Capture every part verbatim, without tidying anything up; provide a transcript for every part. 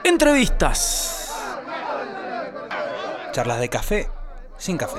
Entrevistas. Charlas de café sin café.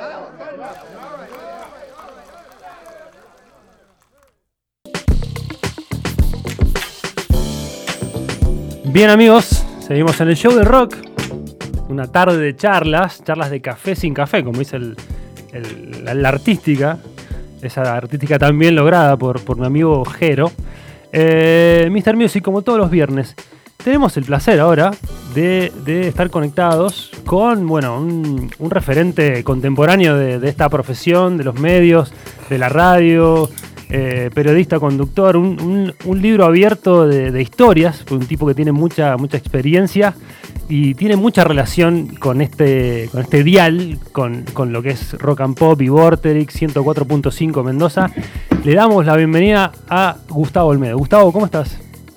Bien amigos, seguimos en el show de rock. Una tarde de charlas, charlas de café sin café, como dice el, el, la, la artística. Esa artística también lograda por, por mi amigo Jero. Eh, mister Music, como todos los viernes, tenemos el placer ahora de, de estar conectados con, bueno, un, un referente contemporáneo de, de esta profesión, de los medios, de la radio, eh, periodista, conductor, un, un, un libro abierto de, de historias, un tipo que tiene mucha, mucha experiencia y tiene mucha relación con este, con este dial, con, con lo que es Rock and Pop y Vorterix ciento cuatro punto cinco Mendoza. Le damos la bienvenida a Gustavo Olmedo. Gustavo, ¿cómo estás?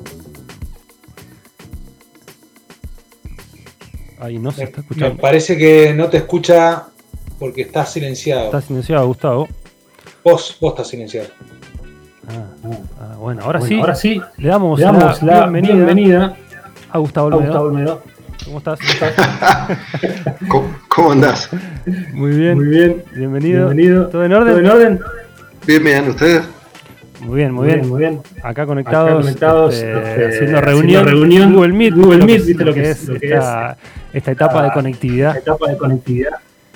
Ahí no se está escuchando. Me parece que no te escucha porque estás silenciado. Está silenciado, Gustavo. Vos, vos estás silenciado. Ah, ah, bueno, ahora bueno, sí. Ahora sí. Le damos, Le damos la, la bienvenida, bienvenida a Gustavo Olmedo. A Gustavo Olmedo. ¿Cómo estás? ¿Cómo, ¿Cómo andás? Muy bien. Muy bien. Bienvenido. Bienvenido. ¿Todo en orden? ¿Todo en orden? Bien, bien, ¿ustedes? Muy bien, muy, Muy bien. bien, muy bien. Acá conectados, Acá conectados este, este, haciendo reunión, reunión Google Meet, Google lo que Meet, es- viste lo que es lo que esta, es esta etapa de conectividad. La etapa de conectividad.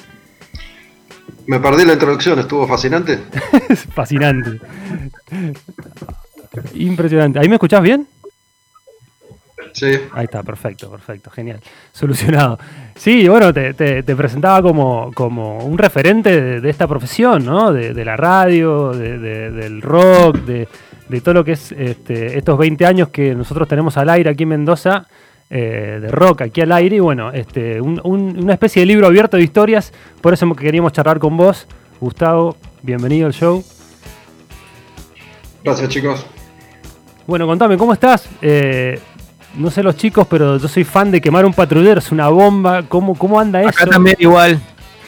Me perdí la introducción, estuvo fascinante. Es fascinante. Impresionante. ¿Ahí me escuchás bien? Sí. Ahí está, perfecto, perfecto, genial. Solucionado. Sí, bueno, te, te, te presentaba como, como un referente de, de esta profesión, ¿no? De, de la radio, de, de- del rock, de, de todo lo que es este, estos veinte años que nosotros tenemos al aire aquí en Mendoza, eh, de rock aquí al aire, y bueno, este, un- un- una especie de libro abierto de historias, por eso que queríamos charlar con vos. Gustavo, bienvenido al show. Gracias, chicos. Bueno, contame, ¿cómo estás? Eh, no sé los chicos, pero yo soy fan de Quemar un Patrullero, es una bomba. ¿Cómo, cómo anda eso? Acá también igual.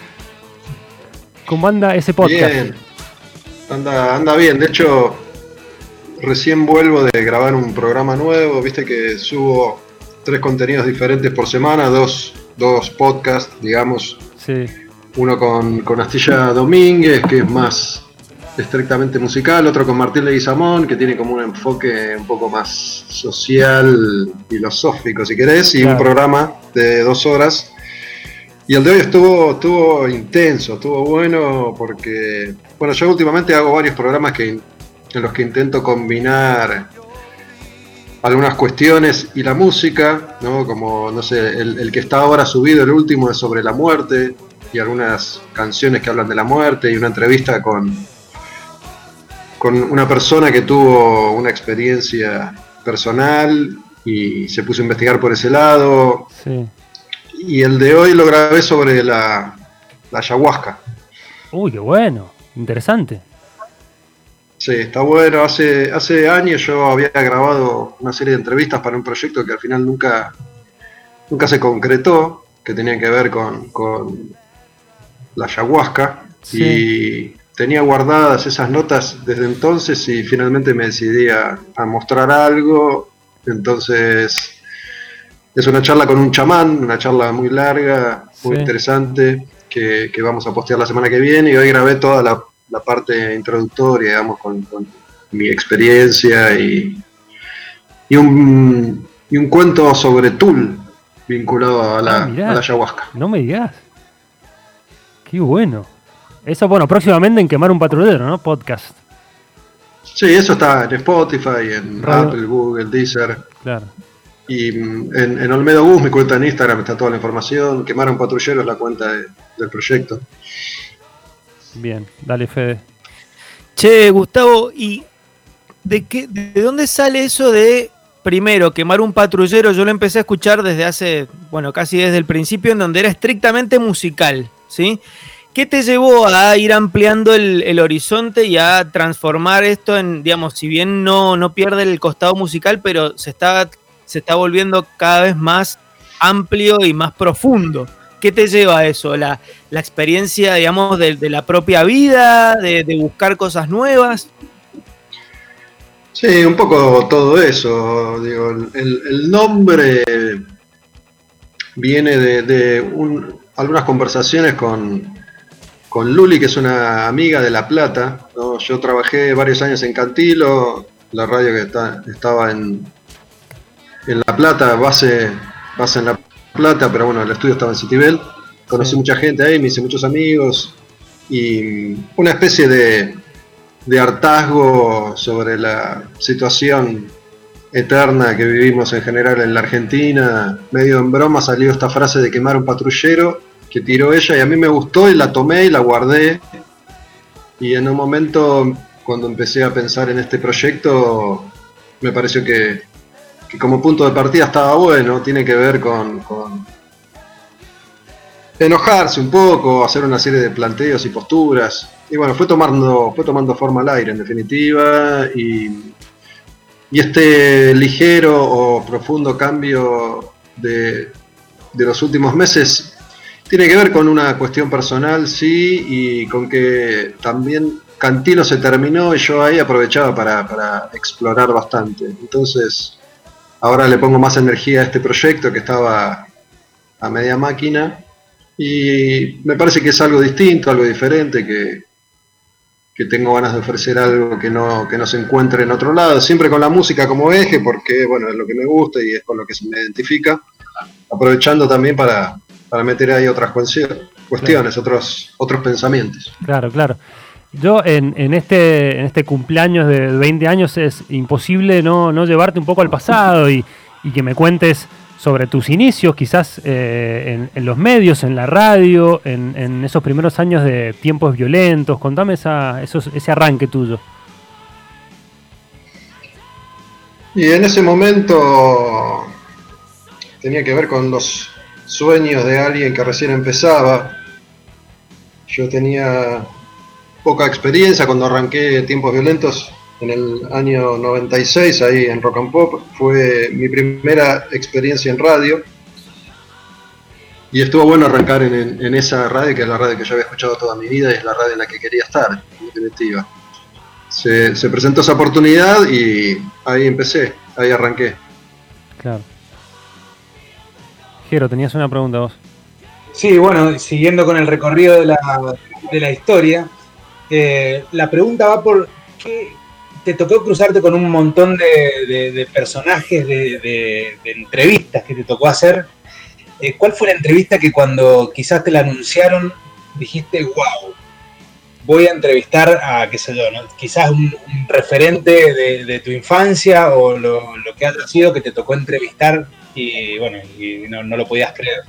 ¿Cómo anda ese podcast? Bien. Anda, anda bien. De hecho, recién vuelvo de grabar un programa nuevo. Viste que subo tres contenidos diferentes por semana, dos, dos podcasts, digamos. Sí, Uno con, con Astilla Domínguez, que es más estrictamente musical, otro con Martín Leguizamón, que tiene como un enfoque un poco más social, filosófico, si querés, y Claro. un programa de dos horas. Y el de hoy estuvo, estuvo intenso, estuvo bueno, porque, bueno, yo últimamente hago varios programas que, en los que intento combinar algunas cuestiones y la música, ¿no? Como, no sé, el, el que está ahora subido, el último, es sobre la muerte, y algunas canciones que hablan de la muerte, y una entrevista con, con una persona que tuvo una experiencia personal y se puso a investigar por ese lado. sí. Y el de hoy lo grabé sobre la, la ayahuasca. Uy, qué bueno. Interesante. Sí, está bueno. Hace, hace años yo había grabado una serie de entrevistas para un proyecto que al final nunca, nunca se concretó, que tenía que ver con, con la ayahuasca. Sí. Y tenía guardadas esas notas desde entonces y finalmente me decidí a, a mostrar algo. Entonces es una charla con un chamán, una charla muy larga, muy Sí. interesante, que, que vamos a postear la semana que viene. Y hoy grabé toda la, la parte introductoria, digamos, con, con mi experiencia y, y, un, y un cuento sobre Tul vinculado a la, Ah, mirá. a la ayahuasca. No me digas. Qué bueno. Eso, bueno, próximamente en Quemar un Patrullero, ¿no? Podcast. Sí, eso está en Spotify, en Radio. Apple, Google, Deezer. Claro. Y mm, en, en Olmedo Bus, mi cuenta en Instagram, está toda la información. Quemar un Patrullero es la cuenta de- del proyecto. Bien, dale, Fede. Che, Gustavo, ¿y de qué, de dónde sale eso de primero Quemar un Patrullero? Yo lo empecé a escuchar desde hace, bueno, casi desde el principio, en donde era estrictamente musical, ¿sí? ¿Qué te llevó a ir ampliando el, el horizonte y a transformar esto en, digamos, si bien no, no pierde el costado musical, pero se está, se está volviendo cada vez más amplio y más profundo? ¿Qué te lleva a eso? ¿La, la experiencia, digamos, de, de la propia vida, de, de buscar cosas nuevas? Sí, un poco todo eso. Digo, el, el nombre viene de, de un, algunas conversaciones con, con Luli, que es una amiga de La Plata, ¿no? Yo trabajé varios años en Cantilo, la radio que está, estaba en, en La Plata, base, base en La Plata, pero bueno, el estudio estaba en Citibel. Conocí Sí. mucha gente ahí, me hice muchos amigos y una especie de, de hartazgo sobre la situación eterna que vivimos en general en la Argentina. Medio en broma salió esta frase de quemar un patrullero que tiró ella y a mí me gustó y la tomé y la guardé. Y en un momento, cuando empecé a pensar en este proyecto, me pareció que, que como punto de partida estaba bueno. Tiene que ver con, con enojarse un poco, hacer una serie de planteos y posturas. Y bueno, fue tomando, fue tomando forma al aire en definitiva. Y, y este ligero o profundo cambio de, de los últimos meses tiene que ver con una cuestión personal, sí, y con que también Cantilo se terminó y yo ahí aprovechaba para, para explorar bastante. Entonces, ahora le pongo más energía a este proyecto que estaba a media máquina y me parece que es algo distinto, algo diferente, que, que tengo ganas de ofrecer algo que no, que no se encuentre en otro lado, siempre con la música como eje, porque bueno, es lo que me gusta y es con lo que se me identifica, aprovechando también para, para meter ahí otras cuestiones, cuestiones Claro. otros, otros pensamientos. Claro, claro. Yo en, en, este, en este cumpleaños de veinte años es imposible no, no llevarte un poco al pasado y, y que me cuentes sobre tus inicios, quizás eh, en, en los medios, en la radio, en, en esos primeros años de Tiempos Violentos. Contame esa, esos, ese arranque tuyo. Y en ese momento tenía que ver con los sueños de alguien que recién empezaba. Yo tenía poca experiencia cuando arranqué Tiempos Violentos en el año noventa y seis, ahí en Rock and Pop. Fue mi primera experiencia en radio. Y estuvo bueno arrancar en, en, en esa radio, que es la radio que yo había escuchado toda mi vida y es la radio en la que quería estar, en definitiva. Se, se presentó esa oportunidad y ahí empecé, ahí arranqué. Claro. Jero, tenías una pregunta vos. Sí, bueno, siguiendo con el recorrido de la, de la historia, eh, la pregunta va por qué te tocó cruzarte con un montón de, de, de personajes, de, de, de entrevistas que te tocó hacer. Eh, ¿Cuál fue la entrevista que cuando quizás te la anunciaron dijiste, wow, voy a entrevistar a, qué sé yo, ¿no? Quizás un, un referente de, de tu infancia o lo, lo que haya sido que te tocó entrevistar y bueno, y no, no lo podías creer?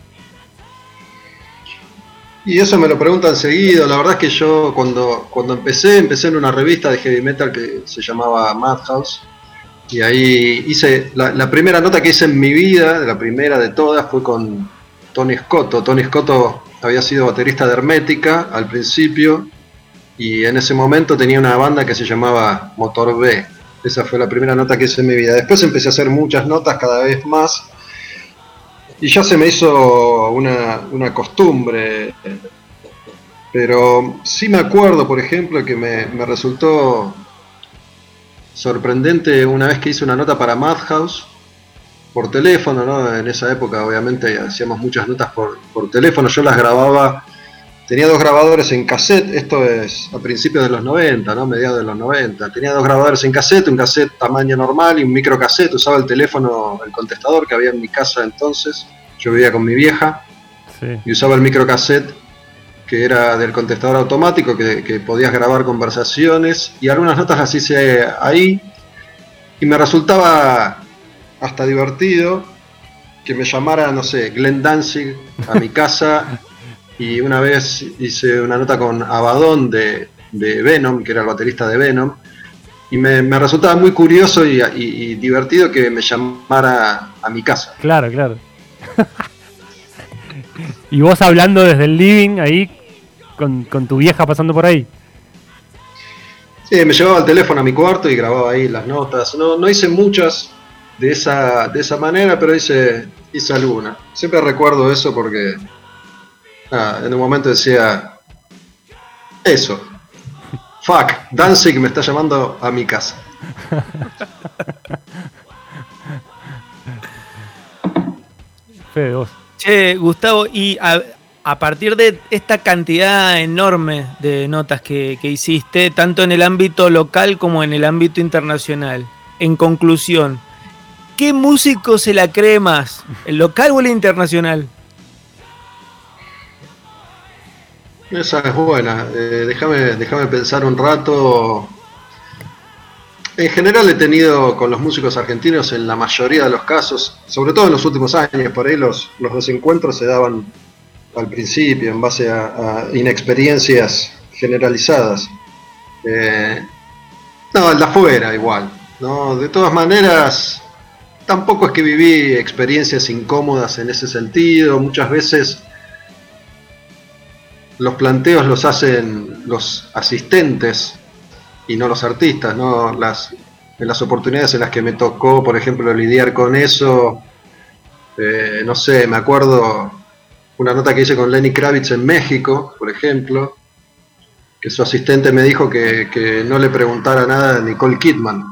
Y eso me lo preguntan seguido. La verdad es que yo cuando, cuando empecé, empecé en una revista de heavy metal que se llamaba Madhouse. Y ahí hice, la, la primera nota que hice en mi vida, la primera de todas, fue con Tony Scotto. Tony Scotto había sido baterista de Hermética al principio. Y en ese momento tenía una banda que se llamaba Motor B. Esa fue la primera nota que hice en mi vida. Después empecé a hacer muchas notas cada vez más. Y ya se me hizo una, una costumbre, pero sí me acuerdo, por ejemplo, que me, me resultó sorprendente una vez que hice una nota para Madhouse por teléfono, ¿no? En esa época obviamente hacíamos muchas notas por, por teléfono, yo las grababa, tenía dos grabadores en cassette, esto es a principios de los noventa, ¿no? Mediados de los noventa, tenía dos grabadores en cassette, un cassette tamaño normal y un microcassette, usaba el teléfono, el contestador que había en mi casa entonces, yo vivía con mi vieja, sí. Y usaba el microcassette que era del contestador automático, que, que podías grabar conversaciones y algunas notas las hice ahí y me resultaba hasta divertido que me llamara, no sé, Glenn Danzig a mi casa. Y una vez hice una nota con Abaddon de, de Venom, que era el baterista de Venom, y me, me resultaba muy curioso y, y, y divertido que me llamara a mi casa. Claro, claro. Y vos hablando desde el living ahí, con, con tu vieja pasando por ahí. Sí, me llevaba el teléfono a mi cuarto y grababa ahí las notas. No, no hice muchas de esa, de esa manera, pero hice, hice alguna. Siempre recuerdo eso porque... Ah, en un momento decía, eso, fuck, Danzig me está llamando a mi casa. Fede, vos. Che, Gustavo, y a, a partir de esta cantidad enorme de notas que, que hiciste, tanto en el ámbito local como en el ámbito internacional, en conclusión, ¿qué músico se la cree más? ¿El local o el internacional? Esa es buena. Eh, déjame, déjame pensar un rato. En general he tenido con los músicos argentinos en la mayoría de los casos, sobre todo en los últimos años, por ahí los, los desencuentros se daban al principio en base a, a inexperiencias generalizadas. Eh, no, el de afuera igual, ¿no? De todas maneras, tampoco es que viví experiencias incómodas en ese sentido. Muchas veces los planteos los hacen los asistentes y no los artistas, ¿no? Las, en las oportunidades en las que me tocó, por ejemplo, lidiar con eso, eh, no sé, me acuerdo una nota que hice con Lenny Kravitz en México, por ejemplo, que su asistente me dijo que, que no le preguntara nada a Nicole Kidman,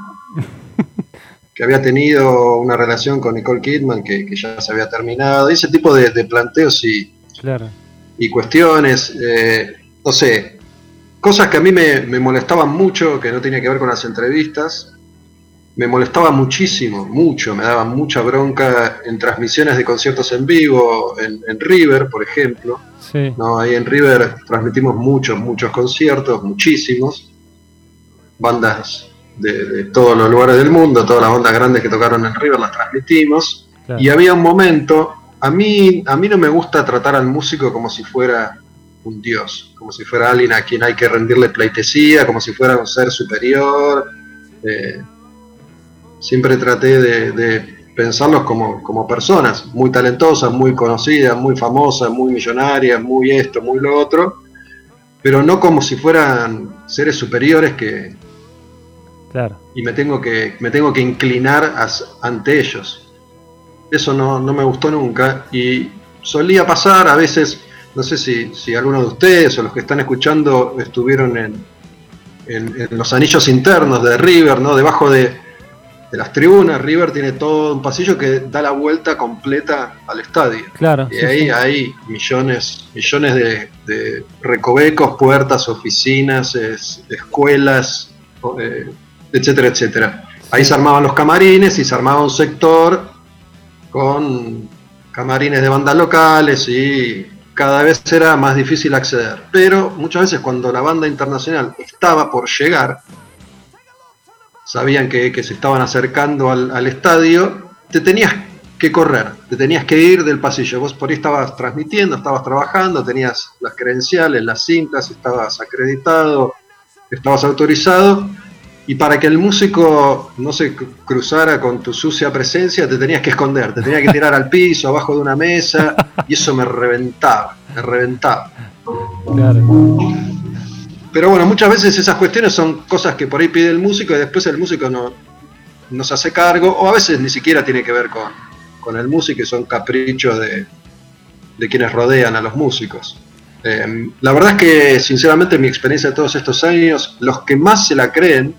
que había tenido una relación con Nicole Kidman que, que ya se había terminado, y ese tipo de, de planteos y, claro. y cuestiones, eh, no sé, cosas que a mí me, me molestaban mucho, que no tenía que ver con las entrevistas, me molestaba muchísimo, mucho, me daba mucha bronca en transmisiones de conciertos en vivo, en, en River, por ejemplo. Sí. ¿No? Ahí en River transmitimos muchos, muchos conciertos, muchísimos, bandas de, de todos los lugares del mundo, todas las bandas grandes que tocaron en River las transmitimos, claro. Y había un momento, a mí, a mí no me gusta tratar al músico como si fuera un dios, como si fuera alguien a quien hay que rendirle pleitesía, como si fuera un ser superior. Eh, siempre traté de, de pensarlos como, como personas muy talentosas, muy conocidas, muy famosas, muy millonarias, muy esto, muy lo otro, pero no como si fueran seres superiores que claro. y me tengo que me tengo que inclinar as, ante ellos. Eso no, no me gustó nunca y solía pasar a veces. No sé si, si alguno de ustedes o los que están escuchando estuvieron en, en, en los anillos internos de River, ¿no? Debajo de, de las tribunas, River tiene todo un pasillo que da la vuelta completa al estadio. Claro, y sí, ahí sí. hay millones, millones de, de recovecos, puertas, oficinas, es, escuelas, eh, etcétera, etcétera. Sí. Ahí se armaban los camarines y se armaba un sector con camarines de bandas locales y cada vez era más difícil acceder, pero muchas veces cuando la banda internacional estaba por llegar, sabían que, que se estaban acercando al, al estadio, te tenías que correr, te tenías que ir del pasillo. Vos por ahí estabas transmitiendo, estabas trabajando, tenías las credenciales, las cintas, estabas acreditado, estabas autorizado, y para que el músico no se cruzara con tu sucia presencia, te tenías que esconder, te tenías que tirar al piso, abajo de una mesa, y eso me reventaba, me reventaba. Claro. Pero bueno, muchas veces esas cuestiones son cosas que por ahí pide el músico y después el músico no, no se hace cargo, o a veces ni siquiera tiene que ver con, con el músico y son caprichos de, de quienes rodean a los músicos. Eh, la verdad es que, sinceramente, en mi experiencia de todos estos años, los que más se la creen,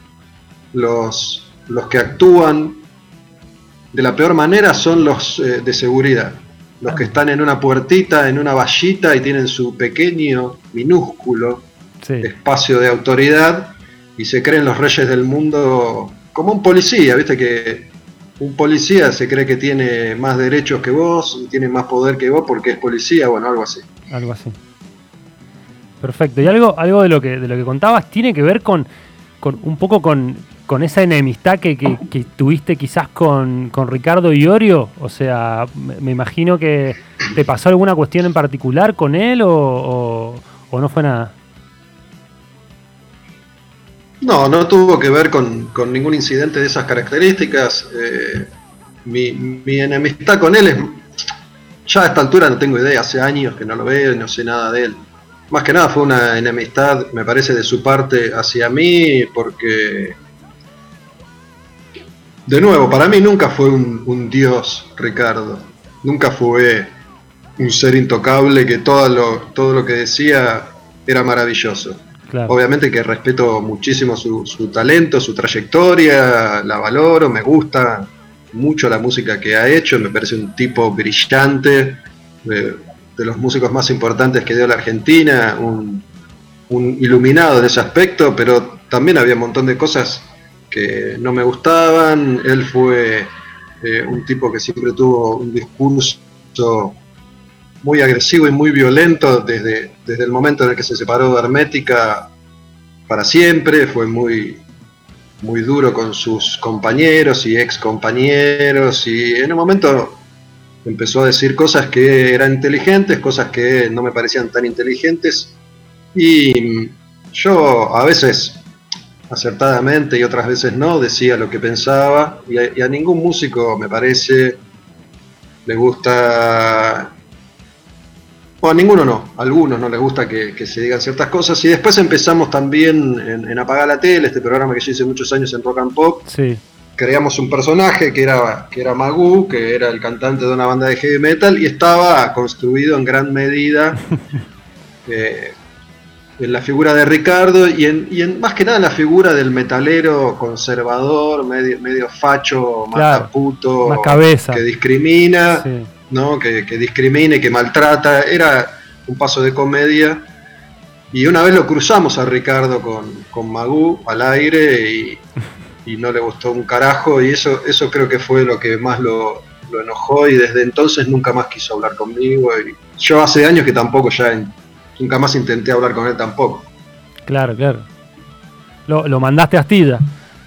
Los, los que actúan de la peor manera son los eh, de seguridad, los que están en una puertita, en una vallita y tienen su pequeño, minúsculo sí. espacio de autoridad y se creen los reyes del mundo, como un policía, viste que un policía se cree que tiene más derechos que vos y tiene más poder que vos porque es policía, bueno, algo así. Algo así. Perfecto. Y algo, algo de lo que de lo que contabas tiene que ver con, con un poco con con esa enemistad que, que, que tuviste quizás con, con Ricardo Iorio, o sea, me, me imagino que te pasó alguna cuestión en particular con él o, o, o no fue nada. No, no tuvo que ver con, con ningún incidente de esas características. Eh, mi, mi enemistad con él es, ya a esta altura no tengo idea, hace años que no lo veo y no sé nada de él. Más que nada fue una enemistad, me parece, de su parte hacia mí, porque de nuevo, para mí nunca fue un, un dios, Ricardo. Nunca fue un ser intocable que todo lo, todo lo que decía era maravilloso. Claro. Obviamente que respeto muchísimo su, su talento, su trayectoria, la valoro, me gusta mucho la música que ha hecho, me parece un tipo brillante, de, de los músicos más importantes que dio la Argentina, un, un iluminado en ese aspecto, pero también había un montón de cosas que no me gustaban. Él fue eh, un tipo que siempre tuvo un discurso muy agresivo y muy violento desde, desde el momento en el que se separó de Hermética para siempre. Fue muy, muy duro con sus compañeros y ex compañeros, y en un momento empezó a decir cosas que eran inteligentes, cosas que no me parecían tan inteligentes, y yo a veces acertadamente y otras veces no decía lo que pensaba, y a, y a ningún músico me parece le gusta, o a ninguno no, a algunos no les gusta que, que se digan ciertas cosas. Y después empezamos también en, en Apagar la Tele, este programa que yo hice muchos años en Rock and Pop. Sí. Creamos un personaje que era, que era Magoo, que era el cantante de una banda de heavy metal, y estaba construido en gran medida eh, en la figura de Ricardo, y en, y en más que nada en la figura del metalero conservador, medio, medio facho, Claro, mataputo, más cabeza. que discrimina, Sí. ¿no? que, que discrimine, que maltrata. Era un paso de comedia. Y una vez lo cruzamos a Ricardo con, con Magoo al aire, y, y no le gustó un carajo, y eso, eso creo que fue lo que más lo, lo enojó, y desde entonces nunca más quiso hablar conmigo. Y yo hace años que tampoco ya en, nunca más intenté hablar con él tampoco. Claro, claro. Lo, lo mandaste a Astilla.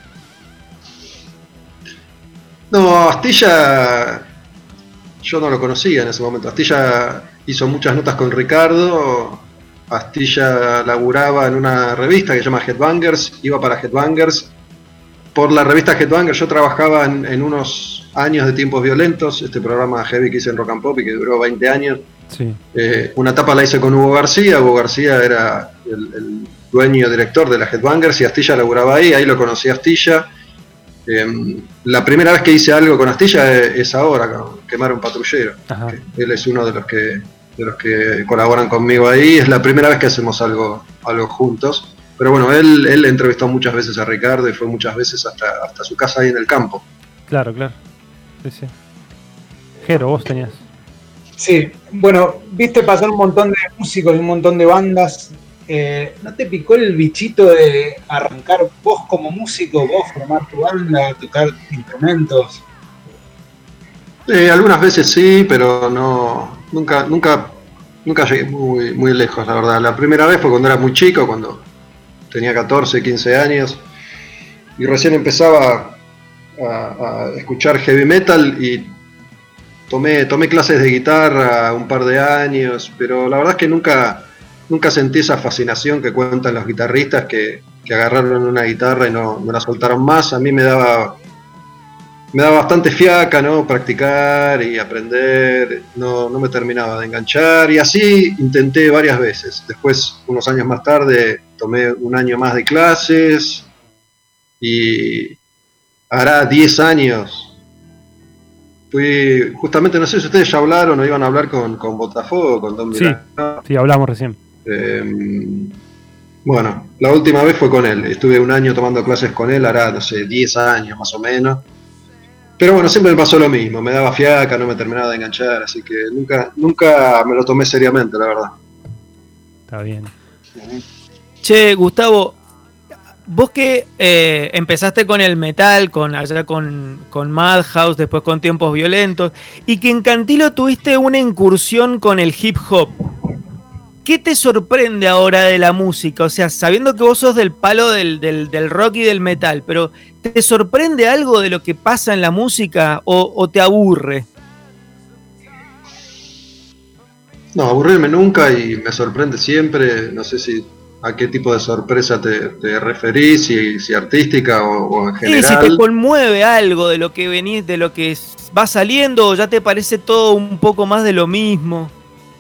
No, Astilla yo no lo conocía en ese momento. Astilla hizo muchas notas con Ricardo. Astilla laburaba en una revista que se llama Headbangers, iba para Headbangers. Por la revista Headbangers yo trabajaba en, en unos años de Tiempos Violentos, este programa heavy que hice en Rock and Pop y que duró veinte años. Sí. Eh, una etapa la hice con Hugo García. Hugo García era el, el dueño y director de la Headbangers, y Astilla laburaba ahí, ahí lo conocí a Astilla. Eh, la primera vez que hice algo con Astilla es, es ahora, con Quemar un Patrullero. Él es uno de los que de los que colaboran conmigo ahí. Es la primera vez que hacemos algo, algo juntos. Pero bueno, él, él entrevistó muchas veces a Ricardo y fue muchas veces hasta, hasta su casa ahí en el campo. Claro, claro. Sí, sí. Jero, vos tenías. Sí, bueno, viste pasar un montón de músicos y un montón de bandas. Eh, ¿No te picó el bichito de arrancar vos como músico, vos formar tu banda, tocar instrumentos? Eh, algunas veces sí, pero no, nunca, nunca, nunca llegué muy, muy lejos, la verdad. La primera vez fue cuando era muy chico, cuando tenía catorce, quince años, y recién empezaba a, a escuchar heavy metal, y tomé, tomé clases de guitarra un par de años, pero la verdad es que nunca, nunca sentí esa fascinación que cuentan los guitarristas que, que agarraron una guitarra y no, no la soltaron más. A mí me daba... Me daba bastante fiaca, ¿no? Practicar y aprender, no, no me terminaba de enganchar, y así intenté varias veces. Después, unos años más tarde, tomé un año más de clases, y hará diez años. Fui, justamente, no sé si ustedes ya hablaron o iban a hablar con, con Botafogo, con Don Sí, Milano. sí, hablamos recién. Eh, bueno, la última vez fue con él. Estuve un año tomando clases con él, hará, no sé, diez años más o menos. Pero bueno, siempre me pasó lo mismo, me daba fiaca, no me terminaba de enganchar, así que nunca, nunca me lo tomé seriamente, la verdad. Está bien. Che, Gustavo, vos que eh, empezaste con el metal, con allá con, con Madhouse, después con Tiempos Violentos, y que en Cantilo tuviste una incursión con el hip hop. ¿Qué te sorprende ahora de la música? O sea, sabiendo que vos sos del palo del, del, del rock y del metal, pero ¿te sorprende algo de lo que pasa en la música o, o te aburre? No, aburrirme nunca, y me sorprende siempre. No sé si a qué tipo de sorpresa te, te referís, si, si artística o, o en general. Sí, si te conmueve algo de lo que venís, de lo que va saliendo, o ya te parece todo un poco más de lo mismo.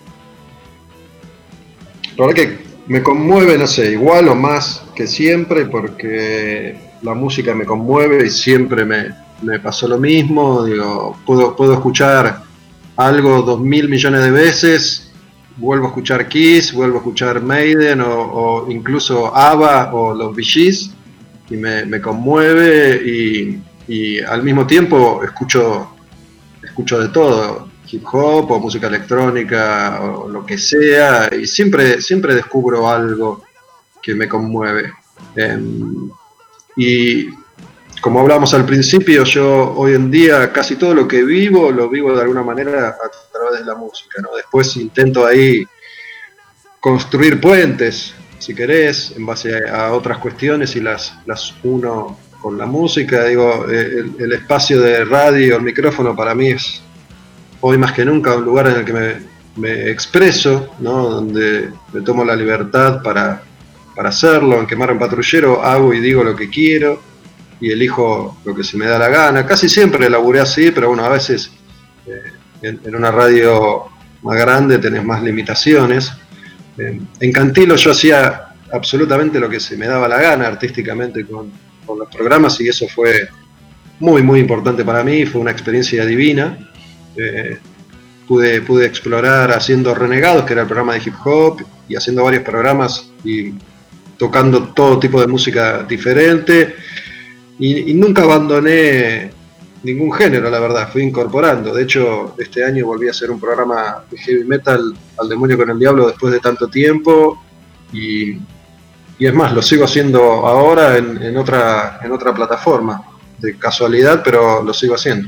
La verdad que me conmueve, no sé, igual o más que siempre, porque la música me conmueve y siempre me, me pasó lo mismo. Digo, puedo, puedo escuchar algo dos mil millones de veces vuelvo a escuchar Kiss, vuelvo a escuchar Maiden o, o incluso ABBA o los Bee Gees y me, me conmueve y, y al mismo tiempo escucho, escucho de todo, hip hop o música electrónica o lo que sea, y siempre, siempre descubro algo que me conmueve. Eh, y como hablábamos al principio, yo hoy en día casi todo lo que vivo, lo vivo de alguna manera a través de la música, ¿no? Después intento ahí construir puentes, si querés, en base a, a otras cuestiones y las, las uno con la música. Digo, el, el espacio de radio, el micrófono para mí es hoy más que nunca un lugar en el que me, me expreso, ¿no? Donde me tomo la libertad para, para hacerlo. En Quemar un Patrullero hago y digo lo que quiero y elijo lo que se me da la gana. Casi siempre laburé así, pero bueno, a veces eh, en, en una radio más grande tenés más limitaciones. Eh, en Cantilo yo hacía absolutamente lo que se me daba la gana artísticamente con, con los programas y eso fue muy, muy importante para mí, fue una experiencia divina. Eh, pude, pude explorar haciendo Renegados, que era el programa de hip hop, y haciendo varios programas y tocando todo tipo de música diferente. Y, y nunca abandoné ningún género, la verdad, fui incorporando. De hecho, este año volví a hacer un programa de heavy metal, Al Demonio con el Diablo, después de tanto tiempo. Y, y es más, lo sigo haciendo ahora en, en, otra, en otra plataforma. De casualidad, pero lo sigo haciendo.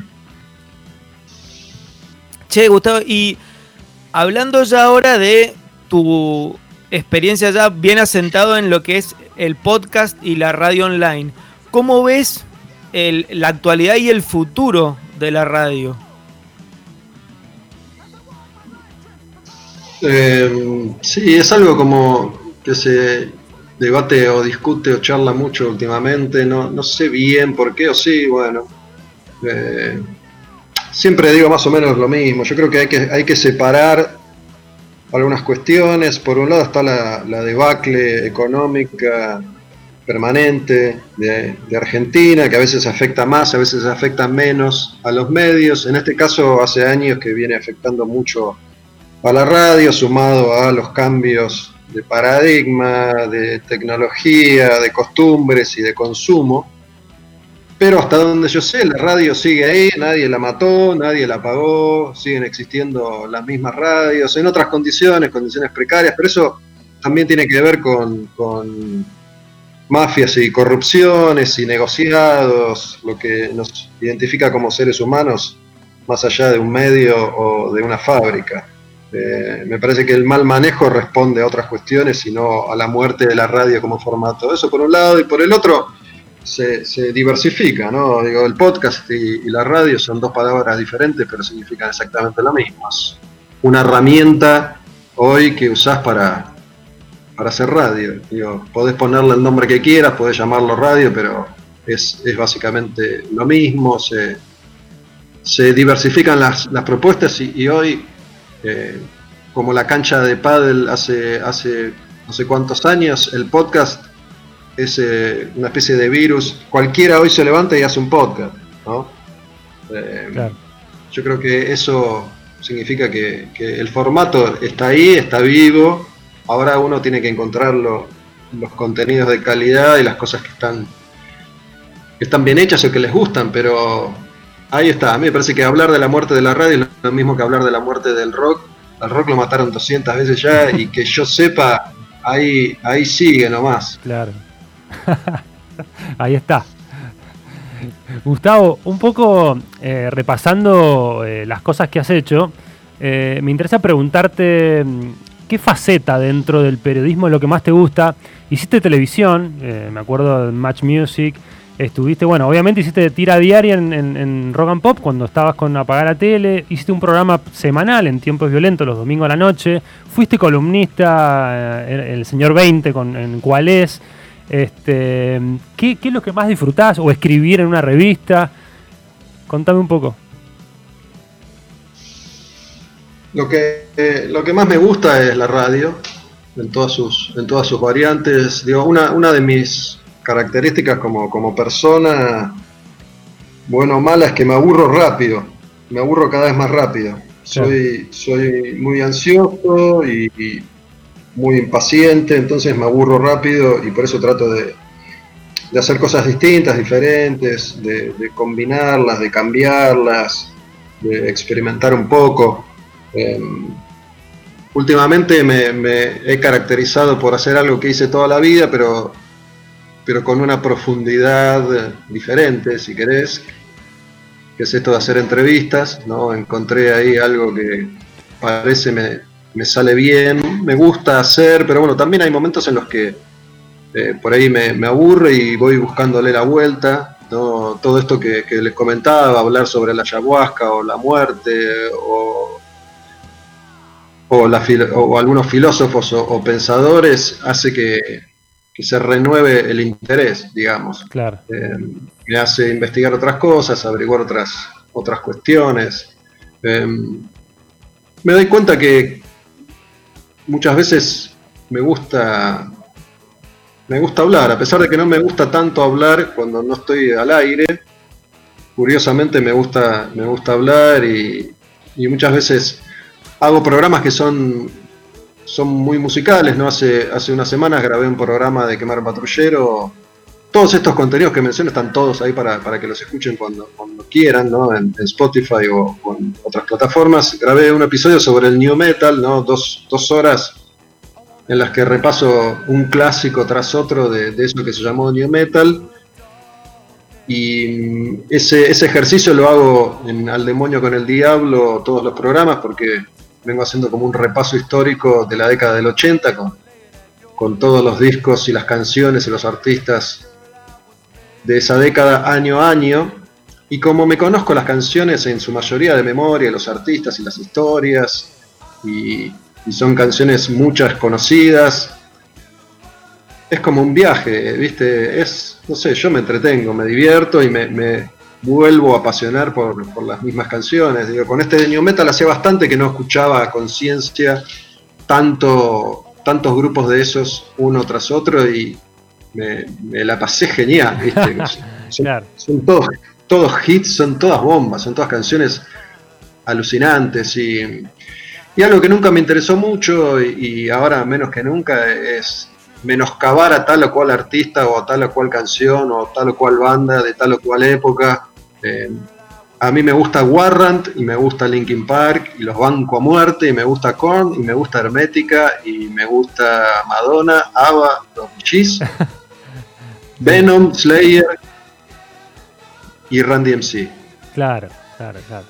Che, Gustavo, y hablando ya ahora de tu experiencia ya bien asentado en lo que es el podcast y la radio online, ¿cómo ves el, la actualidad y el futuro de la radio? Eh, sí, es algo como que se debate o discute o charla mucho últimamente, no, no sé bien por qué, o sí, bueno. Eh, siempre digo más o menos lo mismo, yo creo que hay que, hay que separar algunas cuestiones. Por un lado está la, la debacle económica permanente de, de Argentina, que a veces afecta más, a veces afecta menos a los medios. En este caso hace años que viene afectando mucho a la radio, sumado a los cambios de paradigma, de tecnología, de costumbres y de consumo. Pero hasta donde yo sé, la radio sigue ahí, nadie la mató, nadie la apagó, siguen existiendo las mismas radios, en otras condiciones, condiciones precarias, pero eso también tiene que ver con, con mafias y corrupciones y negociados, lo que nos identifica como seres humanos, más allá de un medio o de una fábrica. Eh, me parece que el mal manejo responde a otras cuestiones y no a la muerte de la radio como formato. Eso por un lado, y por el otro se, se diversifica, ¿no? Digo, el podcast y, y la radio son dos palabras diferentes, pero significan exactamente lo mismo. Es una herramienta hoy que usás para, para hacer radio. Digo, podés ponerle el nombre que quieras, podés llamarlo radio, pero es, es básicamente lo mismo. Se, se diversifican las, las propuestas y, y hoy, eh, como la cancha de pádel hace, hace no sé cuántos años, el podcast es eh, una especie de virus. Cualquiera hoy se levanta y hace un podcast, ¿no? Eh, claro. Yo creo que eso significa que, que el formato está ahí, está vivo. Ahora uno tiene que encontrar lo, los contenidos de calidad y las cosas que están, que están bien hechas o que les gustan, pero ahí está. A mí me parece que hablar de la muerte de la radio es lo mismo que hablar de la muerte del rock. Al rock lo mataron doscientas veces ya y que yo sepa, ahí, ahí sigue nomás. Claro. Ahí está. Gustavo, un poco eh, repasando eh, las cosas que has hecho, eh, me interesa preguntarte qué faceta dentro del periodismo es lo que más te gusta. Hiciste televisión, eh, me acuerdo de Match Music, estuviste, bueno, obviamente hiciste tira diaria en, en, en Rock and Pop cuando estabas con Apagar la Tele, hiciste un programa semanal en Tiempos Violentos los domingos a la noche, fuiste columnista eh, el señor veinte con, en Cuál es. Este, ¿qué, ¿Qué es lo que más disfrutás? ¿O escribir en una revista? Contame un poco. Lo que, eh, lo que más me gusta es la radio, en todas sus, en todas sus variantes. Digo, una, una de mis características como, como persona, bueno o mala, es que me aburro rápido, me aburro cada vez más rápido. Soy, soy muy ansioso y, y muy impaciente, entonces me aburro rápido y por eso trato de, de hacer cosas distintas, diferentes, de, de combinarlas, de cambiarlas, de experimentar un poco. Eh, últimamente me, me he caracterizado por hacer algo que hice toda la vida, pero, pero con una profundidad diferente, si querés, que es esto de hacer entrevistas, ¿no? Encontré ahí algo que parece me, me sale bien, me gusta hacer, pero bueno, también hay momentos en los que eh, por ahí me, me aburre y voy buscándole la vuelta, ¿no? Todo esto que, que les comentaba, hablar sobre la ayahuasca o la muerte o, o, la, o algunos filósofos o, o pensadores hace que, que se renueve el interés, digamos. Claro. Eh, me hace investigar otras cosas, averiguar otras, otras cuestiones. Eh, me doy cuenta que muchas veces me gusta, me gusta hablar, a pesar de que no me gusta tanto hablar cuando no estoy al aire. Curiosamente me gusta, me gusta hablar y, y muchas veces hago programas que son, son muy musicales, ¿no? Hace, hace unas semanas grabé un programa de Quemar Patrullero. Todos estos contenidos que menciono están todos ahí para, para que los escuchen cuando, cuando quieran, ¿no? En, en Spotify o, o en otras plataformas. Grabé un episodio sobre el New Metal, ¿no? Dos, dos horas en las que repaso un clásico tras otro de, de eso que se llamó New Metal. Y ese, ese ejercicio lo hago en Al Demonio con el Diablo, todos los programas, porque vengo haciendo como un repaso histórico de la década del ochenta con, con todos los discos y las canciones y los artistas de esa década año a año, y como me conozco las canciones en su mayoría de memoria, los artistas y las historias, y, y son canciones muchas conocidas, es como un viaje, ¿viste? Es, no sé, yo me entretengo, me divierto y me, me vuelvo a apasionar por, por las mismas canciones. Digo, con este New Metal hacía bastante que no escuchaba a conciencia tanto, tantos grupos de esos uno tras otro y Me, me la pasé genial, ¿viste? Son, claro. son todos, todos hits, son todas bombas, son todas canciones alucinantes y, y algo que nunca me interesó mucho y, y ahora menos que nunca es menoscabar a tal o cual artista o a tal o cual canción o a tal o cual banda de tal o cual época. Eh, a mí me gusta Warrant y me gusta Linkin Park y los banco a muerte y me gusta Korn y me gusta Hermética y me gusta Madonna, ABBA, los Bichis, Venom, Slayer y Run D M C. Claro, claro, claro.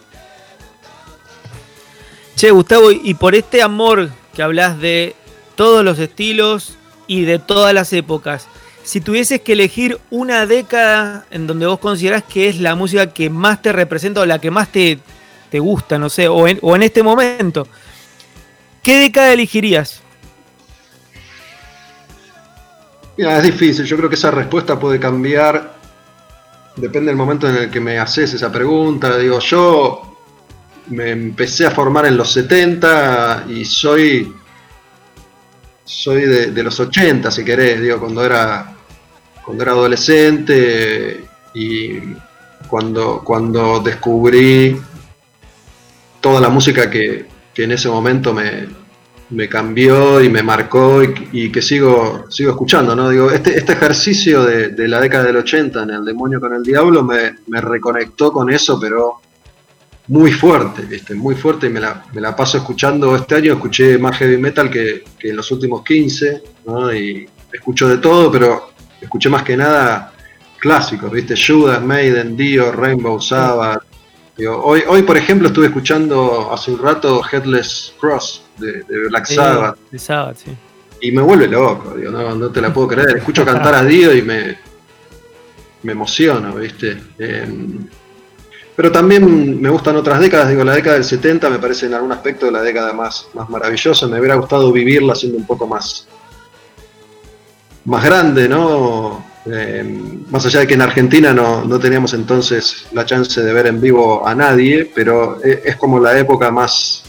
Che, Gustavo, y por este amor que hablas de todos los estilos y de todas las épocas, si tuvieses que elegir una década en donde vos considerás que es la música que más te representa o la que más te, te gusta, no sé, o en, o en este momento, ¿qué década elegirías? Mira, es difícil, yo creo que esa respuesta puede cambiar, depende del momento en el que me haces esa pregunta. Digo, yo me empecé a formar en los setenta y soy soy de, de los ochenta, si querés, digo, cuando era cuando era adolescente y cuando, cuando descubrí toda la música que, que en ese momento me, me cambió y me marcó y, y que sigo sigo escuchando, ¿no? Digo, este, este ejercicio de, de la década del ochenta en El Demonio con el Diablo me, me reconectó con eso, pero muy fuerte, ¿viste? Muy fuerte y me la, me la paso escuchando. Este año escuché más heavy metal que, que en los últimos quince, ¿no? Y escucho de todo, pero escuché más que nada clásicos, ¿viste? Judas, Maiden, Dio, Rainbow, Sabbath. Digo, hoy, hoy, por ejemplo, estuve escuchando hace un rato Headless Cross de, de Black Sabbath. De Sabbath, sí. Y me vuelve loco, digo, no, no te la puedo creer. Escucho cantar a Dio y me, me emociono, ¿viste? Eh, Pero también me gustan otras décadas, digo, la década del setenta me parece en algún aspecto la década más, más maravillosa, me hubiera gustado vivirla siendo un poco más, más grande, ¿no? Eh, más allá de que en Argentina no, no teníamos entonces la chance de ver en vivo a nadie, pero es, es como la época más,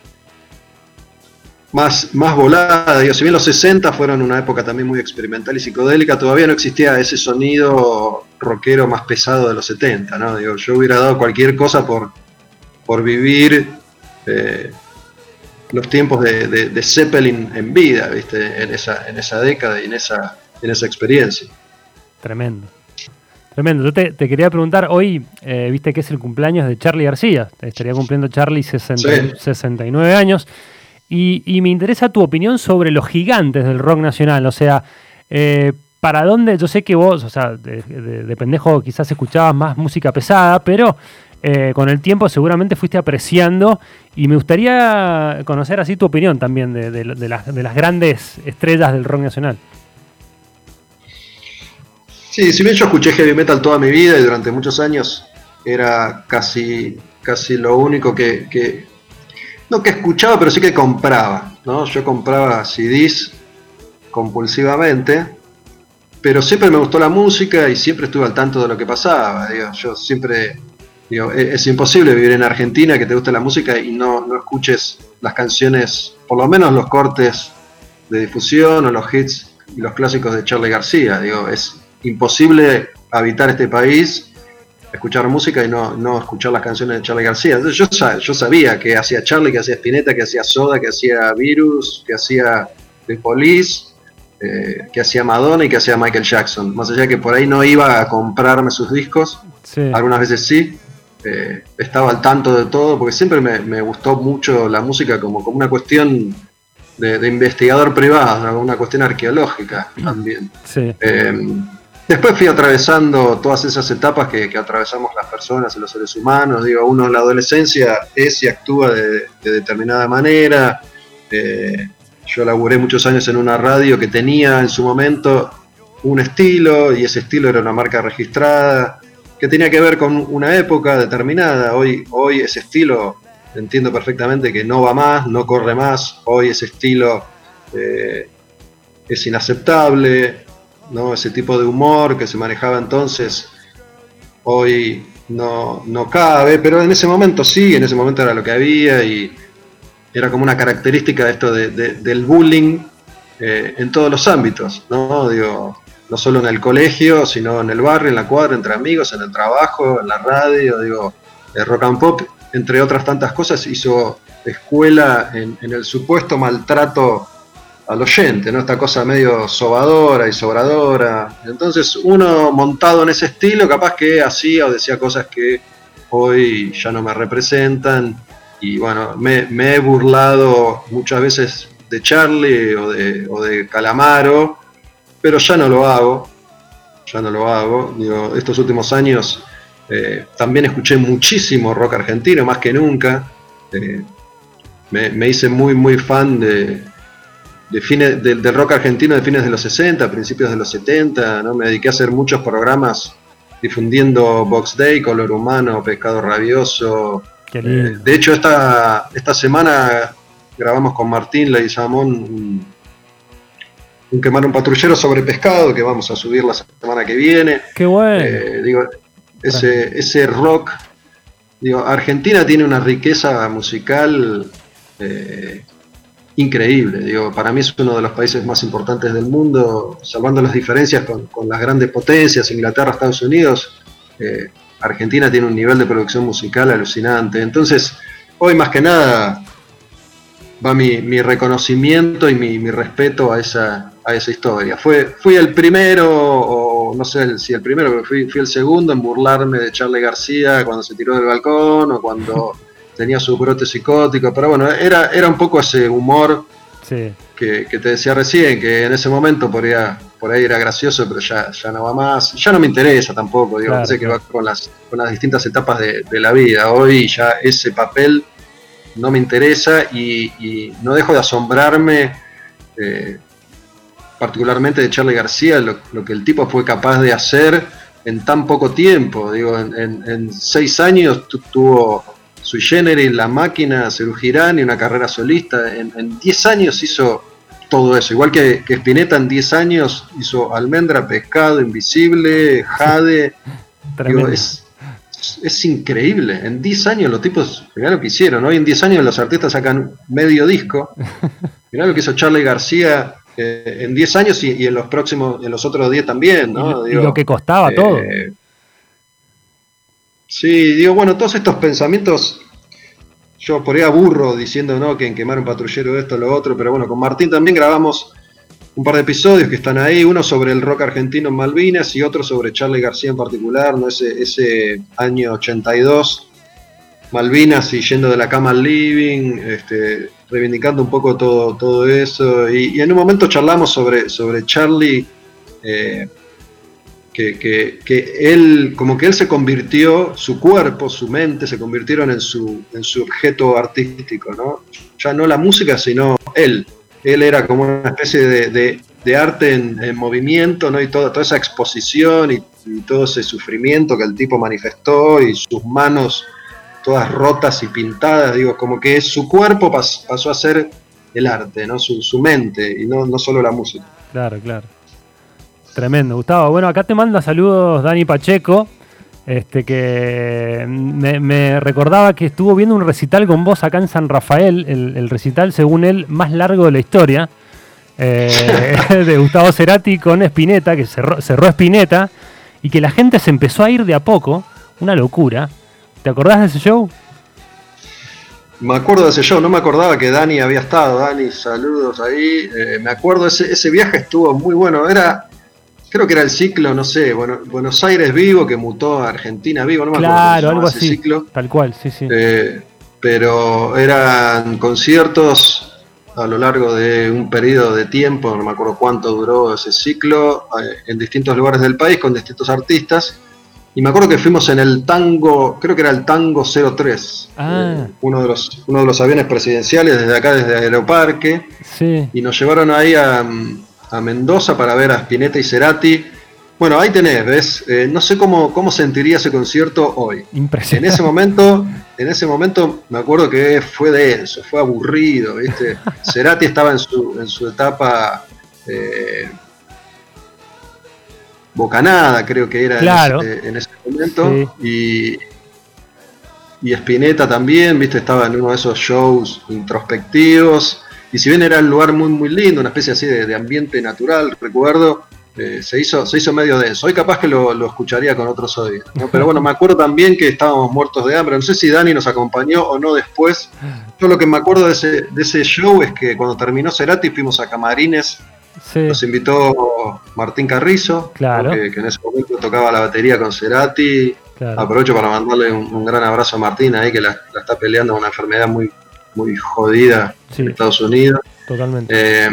más, más volada, digo, si bien los sesenta fueron una época también muy experimental y psicodélica, todavía no existía ese sonido rockero más pesado de los setenta, ¿no? Digo, yo hubiera dado cualquier cosa por, por vivir eh, los tiempos de, de, de Zeppelin en vida, ¿viste? En esa, en esa década y en esa, en esa experiencia. Tremendo. Tremendo. Yo te, te quería preguntar, hoy, eh, viste que es el cumpleaños de Charly García. Estaría cumpliendo Charly sesenta, sí. sesenta y nueve años. Y, y me interesa tu opinión sobre los gigantes del rock nacional. O sea, eh, ¿para dónde? Yo sé que vos, o sea, de, de, de pendejo quizás escuchabas más música pesada, pero eh, con el tiempo seguramente fuiste apreciando. Y me gustaría conocer así tu opinión también de, de, de, las, de las grandes estrellas del rock nacional. Sí, si bien yo escuché heavy metal toda mi vida y durante muchos años era casi, casi lo único que, que, no que escuchaba, pero sí que compraba, ¿no? Yo compraba C Ds compulsivamente, pero siempre me gustó la música y siempre estuve al tanto de lo que pasaba. Digo, yo siempre, digo, es, es imposible vivir en Argentina que te guste la música y no, no escuches las canciones, por lo menos los cortes de difusión o los hits y los clásicos de Charly García. Digo, es imposible habitar este país, escuchar música y no, no escuchar las canciones de Charly García. Entonces yo, yo sabía que hacía Charly, que hacía Spinetta, que hacía Soda, que hacía Virus, que hacía The Police, eh, que hacía Madonna y que hacía Michael Jackson. Más allá de que por ahí no iba a comprarme sus discos, sí. Algunas veces sí, eh, estaba al tanto de todo, porque siempre me, me gustó mucho la música como, como una cuestión de, de investigador privado, una cuestión arqueológica también. Sí. Eh, Después fui atravesando todas esas etapas que, que atravesamos las personas y los seres humanos. Digo, uno en la adolescencia es y actúa de, de determinada manera. Eh, yo laburé muchos años en una radio que tenía en su momento un estilo, y ese estilo era una marca registrada, que tenía que ver con una época determinada. Hoy, hoy ese estilo, entiendo perfectamente que no va más, no corre más. Hoy ese estilo eh, es inaceptable. ¿No? Ese tipo de humor que se manejaba entonces hoy no, no cabe, pero en ese momento sí, en ese momento era lo que había y era como una característica de esto de, de, del bullying eh, en todos los ámbitos, ¿no? Digo, no solo en el colegio, sino en el barrio, en la cuadra, entre amigos, en el trabajo, en la radio. Digo, el rock and pop, entre otras tantas cosas, hizo escuela en, en el supuesto maltrato al oyente, ¿no? Esta cosa medio sobadora y sobradora. Entonces uno montado en ese estilo capaz que hacía o decía cosas que hoy ya no me representan. Y bueno, me, me he burlado muchas veces de Charly o de, o de Calamaro, pero ya no lo hago. Ya no lo hago. Digo, estos últimos años eh, también escuché muchísimo rock argentino, más que nunca. Eh, me, me hice muy, muy fan de De fines, del, del rock argentino de fines de los sesenta, principios de los setenta, ¿no? Me dediqué a hacer muchos programas difundiendo Box Day, Color Humano, Pescado Rabioso. Qué lindo. Eh, de hecho, esta, esta semana grabamos con Martín Leguizamón un, un Quemar un Patrullero sobre pescado, que vamos a subir la semana que viene. Qué bueno. Eh, digo, ese, ese rock, digo, Argentina tiene una riqueza musical eh, increíble. Digo, para mí es uno de los países más importantes del mundo, salvando las diferencias con, con las grandes potencias, Inglaterra, Estados Unidos. eh, Argentina tiene un nivel de producción musical alucinante. Entonces, hoy más que nada va mi, mi reconocimiento y mi, mi respeto a esa, a esa historia. Fue, fui el primero, o no sé si el primero, pero fui, fui el segundo en burlarme de Charly García cuando se tiró del balcón o cuando tenía su brote psicótico, pero bueno, era, era un poco ese humor sí. que, que te decía recién, que en ese momento podría, por ahí era gracioso, pero ya, ya no va más, ya no me interesa tampoco, digo, claro, sé que claro. va con las, con las distintas etapas de, de la vida. Hoy ya ese papel no me interesa y, y no dejo de asombrarme eh, particularmente de Charly García, lo, lo que el tipo fue capaz de hacer en tan poco tiempo. Digo, en, en, en seis años tu, tuvo Sui Generis, La Máquina, Serú Girán y una carrera solista. En, en diez años hizo todo eso, igual que, que Spinetta en diez años hizo Almendra, Pescado, Invisible, Jade. Digo, es, es increíble, en diez años los tipos, mirá lo que hicieron. Hoy en diez años los artistas sacan medio disco. Mirá lo que hizo Charly García eh, en diez años y, y en los próximos, en los otros diez también, ¿no? Y, digo, y lo que costaba eh, todo. Sí, digo, bueno, todos estos pensamientos yo por ahí aburro diciendo, no, que en Quemar un patrullero esto, lo otro, pero bueno, con Martín también grabamos un par de episodios que están ahí, uno sobre el rock argentino en Malvinas y otro sobre Charly García en particular, ¿no? Ese, ese año ochenta y dos, Malvinas y yendo de la cama al living, este, reivindicando un poco todo, todo eso. Y, y en un momento charlamos sobre, sobre Charly, eh, que, que, que él, como que él se convirtió, su cuerpo, su mente se convirtieron en su, en su objeto artístico, ¿no? Ya no la música, sino él. Él era como una especie de, de, de arte en, en movimiento, ¿no? Y toda, toda esa exposición y, y todo ese sufrimiento que el tipo manifestó y sus manos todas rotas y pintadas, digo, como que su cuerpo pas, pasó a ser el arte, ¿no? Su, su mente, y no, no solo la música. Claro, claro. Tremendo, Gustavo. Bueno, acá te manda saludos Dani Pacheco, este que me, me recordaba que estuvo viendo un recital con vos acá en San Rafael, el, el recital, según él, más largo de la historia, eh, de Gustavo Cerati con Spinetta, que cerró, cerró Spinetta, y que la gente se empezó a ir de a poco, una locura. ¿Te acordás de ese show? Me acuerdo de ese show, no me acordaba que Dani había estado. Dani, saludos ahí. Eh, me acuerdo, ese, ese viaje estuvo muy bueno. Era, creo que era el ciclo, no sé, bueno, Buenos Aires Vivo, que mutó a Argentina Vivo, no me acuerdo. Claro, algo ese así. Ciclo. Tal cual, sí, sí. Eh, pero eran conciertos a lo largo de un periodo de tiempo, no me acuerdo cuánto duró ese ciclo, eh, en distintos lugares del país con distintos artistas. Y me acuerdo que fuimos en el Tango, creo que era el Tango cero tres, Ah. eh, uno, de los, uno de los aviones presidenciales desde acá, desde Aeroparque, Sí. y nos llevaron ahí a, a Mendoza para ver a Spinetta y Cerati. Bueno, ahí tenés, ¿ves? Eh, no sé cómo, cómo sentiría ese concierto hoy. Impresionante. En ese momento, en ese momento me acuerdo que fue denso, fue aburrido, ¿viste? Cerati estaba en su, en su etapa... Eh, Bocanada, creo que era claro. en, ese, en ese momento, sí. y, y Spinetta también, viste, estaba en uno de esos shows introspectivos, y si bien era un lugar muy muy lindo, una especie así de, de ambiente natural, recuerdo, eh, se, hizo, se hizo medio denso. Hoy capaz que lo, lo escucharía con otros oídos, ¿no? Pero bueno, me acuerdo también que estábamos muertos de hambre, no sé si Dani nos acompañó o no después. Yo lo que me acuerdo de ese, de ese show es que cuando terminó Cerati fuimos a Camarines. Sí. Nos invitó Martín Carrizo, claro. que, que en ese momento tocaba la batería con Cerati. Claro. Aprovecho para mandarle un, un gran abrazo a Martín ahí, que la, la está peleando con una enfermedad muy, muy jodida sí. en Estados Unidos. Totalmente. Eh,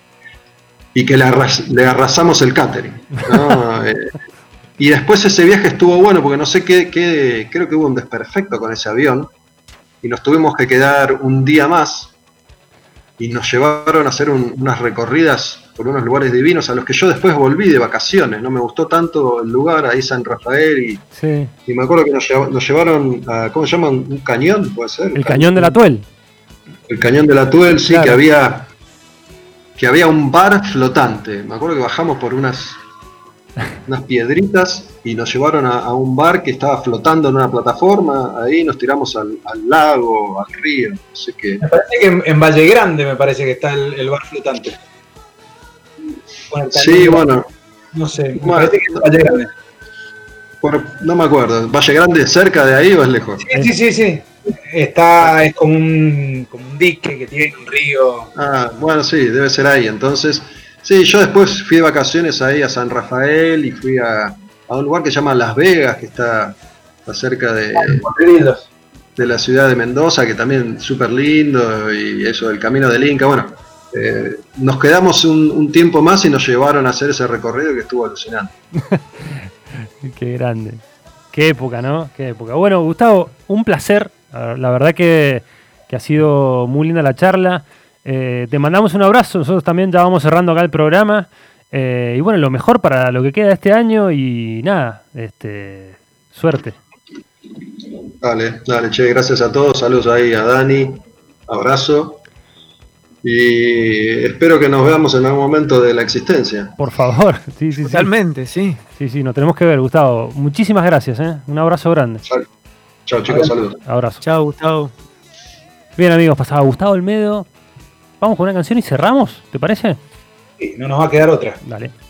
y que le, arras, le arrasamos el catering, ¿no? eh, y después ese viaje estuvo bueno, porque no sé qué, qué, creo que hubo un desperfecto con ese avión, y nos tuvimos que quedar un día más, y nos llevaron a hacer un, unas recorridas por unos lugares divinos a los que yo después volví de vacaciones. No me gustó tanto el lugar, ahí San Rafael, y, sí. y me acuerdo que nos, llev nos llevaron a, ¿cómo se llama? ¿Un cañón? ¿Puede ser? El cañón de la Tuel. El cañón de la Tuel, sí, claro. que había que había un bar flotante. Me acuerdo que bajamos por unas unas piedritas y nos llevaron a, a un bar que estaba flotando en una plataforma. Ahí nos tiramos al, al lago, al río, no sé qué. Me parece que en, en Valle Grande me parece que está el, el bar flotante. Bueno, sí, bueno. No sé, me bueno, parece que es Valle Grande. Por, no me acuerdo. ¿Valle Grande cerca de ahí o es lejos? Sí, sí, sí, sí. Está, es como un, como un dique que tiene un río. Ah, bueno, sí, debe ser ahí. Entonces, sí, yo después fui de vacaciones ahí a San Rafael y fui a, a un lugar que se llama Las Vegas, que está, está cerca de, de la ciudad de Mendoza, que también es súper lindo, y eso del Camino del Inca. Bueno, eh, nos quedamos un, un tiempo más y nos llevaron a hacer ese recorrido que estuvo alucinante. Qué grande. Qué época, ¿no? Qué época. Bueno, Gustavo, un placer. La verdad que, que ha sido muy linda la charla. Eh, te mandamos un abrazo. Nosotros también ya vamos cerrando acá el programa. Eh, y bueno, lo mejor para lo que queda de este año. Y nada, este, suerte. Dale, dale, che, gracias a todos. Saludos ahí a Dani. Abrazo. Y espero que nos veamos en algún momento de la existencia. Por favor. Sí, sí, Totalmente, sí. Sí, sí, nos tenemos que ver, Gustavo. Muchísimas gracias, ¿eh? Un abrazo grande. Chao, Chao chicos, saludos. Abrazo. Chao, Gustavo. Bien, amigos, pasaba Gustavo Olmedo. Vamos con una canción y cerramos, ¿te parece? Sí, no nos va a quedar otra. Dale.